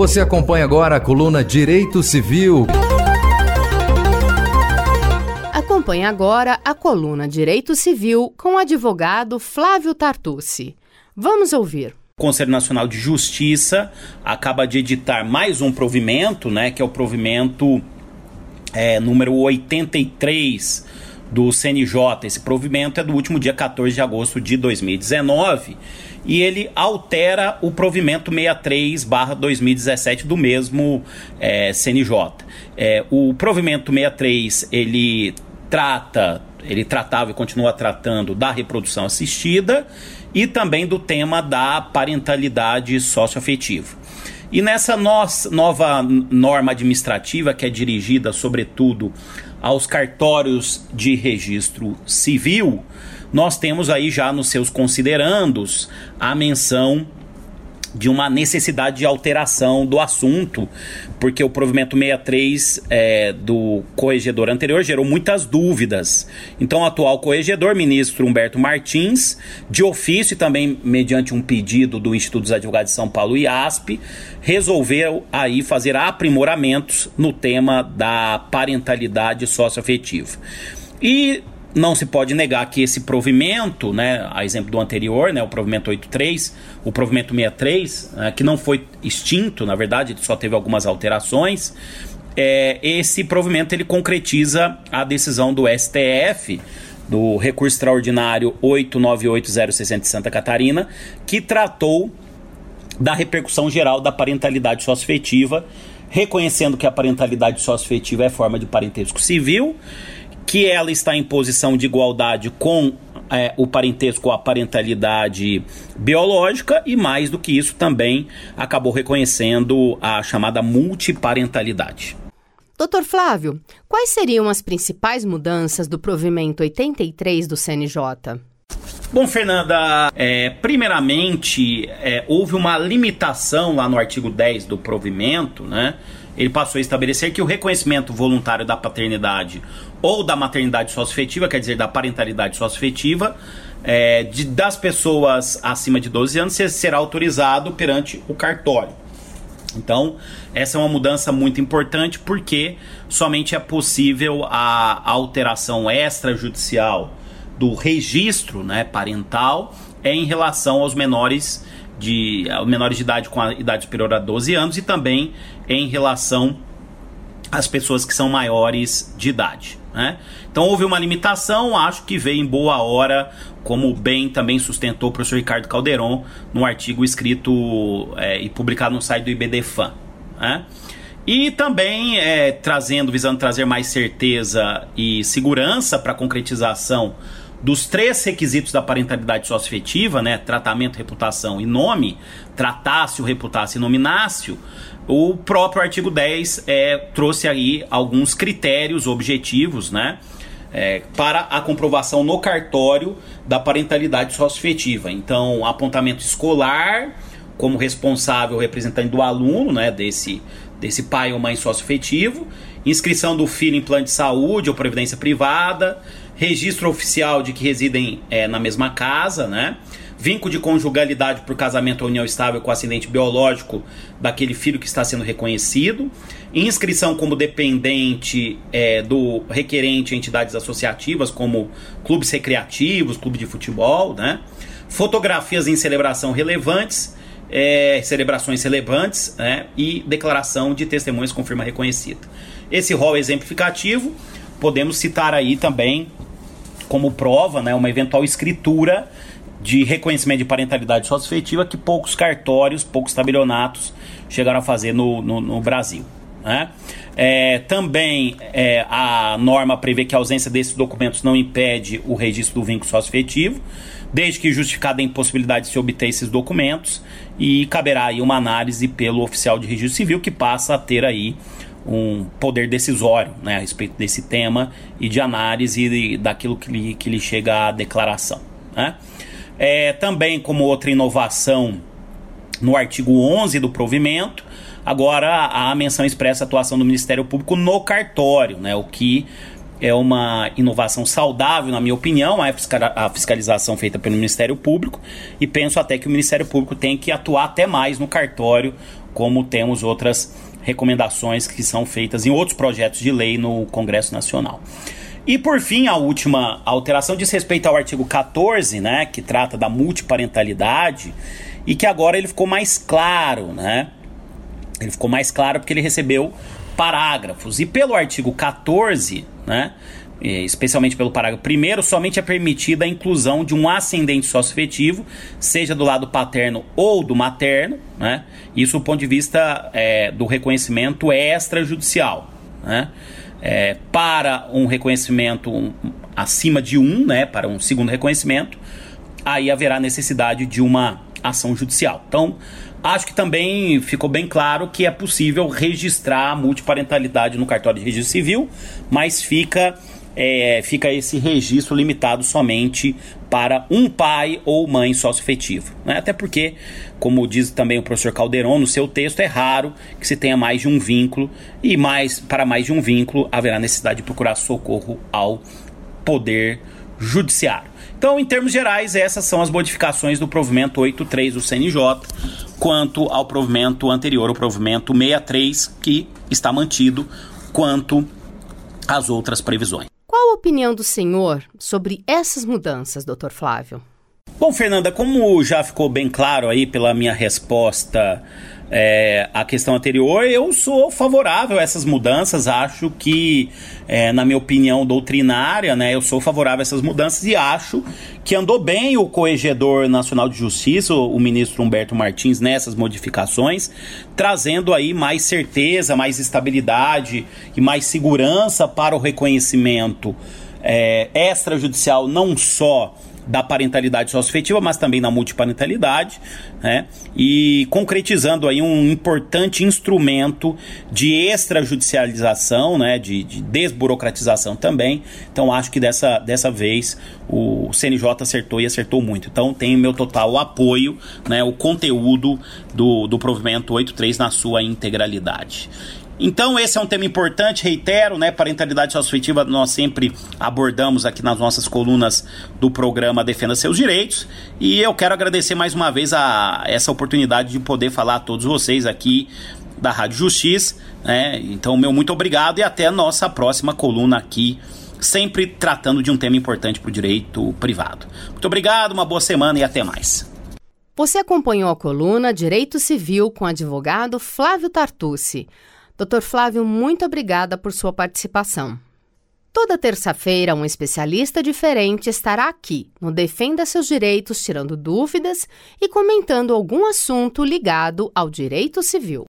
Você acompanha agora a coluna Direito Civil. Acompanhe agora a coluna Direito Civil com o advogado Flávio Tartucci. Vamos ouvir. O Conselho Nacional de Justiça acaba de editar mais um provimento, que é o provimento número 83 do CNJ. Esse provimento é do último dia 14 de agosto de 2019 e ele altera o provimento 63/2017 do mesmo CNJ. O provimento 63, ele tratava e continua tratando da reprodução assistida e também do tema da parentalidade socioafetiva. E nessa nova norma administrativa, que é dirigida sobretudo aos cartórios de registro civil, nós temos aí já nos seus considerandos a menção de uma necessidade de alteração do assunto, porque o provimento 63 do corregedor anterior gerou muitas dúvidas. Então o atual corregedor, ministro Humberto Martins, de ofício e também mediante um pedido do Instituto dos Advogados de São Paulo, IASP, resolveu aí fazer aprimoramentos no tema da parentalidade socioafetiva. E não se pode negar que esse provimento, a exemplo do anterior, o provimento 83, o provimento 63, que não foi extinto, na verdade, ele só teve algumas alterações, esse provimento ele concretiza a decisão do STF, do recurso extraordinário 898060 de Santa Catarina, que tratou da repercussão geral da parentalidade socioafetiva, reconhecendo que a parentalidade socioafetiva é forma de parentesco civil, que ela está em posição de igualdade com o parentesco ou a parentalidade biológica e, mais do que isso, também acabou reconhecendo a chamada multiparentalidade. Doutor Flávio, quais seriam as principais mudanças do provimento 83 do CNJ? Bom, Fernanda, primeiramente, houve uma limitação lá no artigo 10 do provimento, Ele passou a estabelecer que o reconhecimento voluntário da paternidade ou da maternidade socioafetiva, quer dizer, da parentalidade socioafetiva, das pessoas acima de 12 anos será autorizado perante o cartório. Então, essa é uma mudança muito importante porque somente é possível a alteração extrajudicial do registro parental em relação aos menores de idade com a idade superior a 12 anos e também em relação às pessoas que são maiores de idade. Então houve uma limitação, acho que veio em boa hora, como bem também sustentou o professor Ricardo Calderon no artigo escrito e publicado no site do IBDFAN. E também visando trazer mais certeza e segurança para a concretização dos 3 requisitos da parentalidade socioafetiva, tratamento, reputação e nome, tratácio, reputasse e nominacio, o próprio artigo 10 trouxe aí alguns critérios objetivos, para a comprovação no cartório da parentalidade socioafetiva. Então, apontamento escolar como responsável representante do aluno, desse pai ou mãe socioafetivo, inscrição do filho em plano de saúde ou previdência privada, registro oficial de que residem na mesma casa, vínculo de conjugalidade por casamento ou união estável com ascendente biológico daquele filho que está sendo reconhecido, inscrição como dependente do requerente em entidades associativas como clubes recreativos, clube de futebol, fotografias em celebrações relevantes e declaração de testemunhas com firma reconhecida. Esse rol exemplificativo, podemos citar aí também como prova, uma eventual escritura de reconhecimento de parentalidade socioafetiva que poucos cartórios, poucos tabelionatos chegaram a fazer no Brasil. Também a norma prevê que a ausência desses documentos não impede o registro do vínculo socioafetivo, desde que justificada a impossibilidade de se obter esses documentos, e caberá aí uma análise pelo oficial de registro civil, que passa a ter aí um poder decisório a respeito desse tema e de análise daquilo que lhe chega à declaração. Também, como outra inovação, no artigo 11 do provimento, agora há a menção expressa à atuação do Ministério Público no cartório, o que é uma inovação saudável, na minha opinião, a fiscalização feita pelo Ministério Público, e penso até que o Ministério Público tem que atuar até mais no cartório, como temos outras recomendações que são feitas em outros projetos de lei no Congresso Nacional. E por fim, a última alteração diz respeito ao artigo 14, né, que trata da multiparentalidade, e que agora ele ficou mais claro, né? Ele ficou mais claro porque ele recebeu parágrafos. E pelo artigo 14, né, especialmente pelo parágrafo 1º, somente é permitida a inclusão de um ascendente socioafetivo, seja do lado paterno ou do materno, né? Isso do ponto de vista do reconhecimento extrajudicial, né? Para um reconhecimento acima de 1, né, para um segundo reconhecimento, aí haverá necessidade de uma ação judicial. Então, acho que também ficou bem claro que é possível registrar a multiparentalidade no cartório de registro civil, mas fica esse registro limitado somente para um pai ou mãe socioafetivo, né? Até porque, como diz também o professor Calderon no seu texto, é raro que se tenha mais de um vínculo, e para mais de um vínculo haverá necessidade de procurar socorro ao Poder Judiciário. Então, em termos gerais, essas são as modificações do provimento 83 do CNJ quanto ao provimento anterior, o provimento 63, que está mantido quanto às outras previsões. Qual a opinião do senhor sobre essas mudanças, Dr. Flávio? Bom, Fernanda, como já ficou bem claro aí pela minha resposta à questão anterior, eu sou favorável a essas mudanças. Acho que, na minha opinião doutrinária, né, eu sou favorável a essas mudanças e acho que andou bem o Corregedor Nacional de Justiça, o ministro Humberto Martins, nessas modificações, trazendo aí mais certeza, mais estabilidade e mais segurança para o reconhecimento extrajudicial, não só da parentalidade socioafetiva, mas também na multiparentalidade, né? E concretizando aí um importante instrumento de extrajudicialização, né? De desburocratização também. Então acho que dessa vez o CNJ acertou e acertou muito. Então tem meu total apoio, né? O conteúdo do provimento 83 na sua integralidade. Então esse é um tema importante, reitero, né? Parentalidade socioafetiva nós sempre abordamos aqui nas nossas colunas do programa Defenda Seus Direitos, e eu quero agradecer mais uma vez essa oportunidade de poder falar a todos vocês aqui da Rádio Justiça, né? Então meu muito obrigado e até a nossa próxima coluna aqui, sempre tratando de um tema importante para o direito privado. Muito obrigado, uma boa semana e até mais. Você acompanhou a coluna Direito Civil com o advogado Flávio Tartucci. Dr. Flávio, muito obrigada por sua participação. Toda terça-feira, um especialista diferente estará aqui no Defenda Seus Direitos, tirando dúvidas e comentando algum assunto ligado ao direito civil.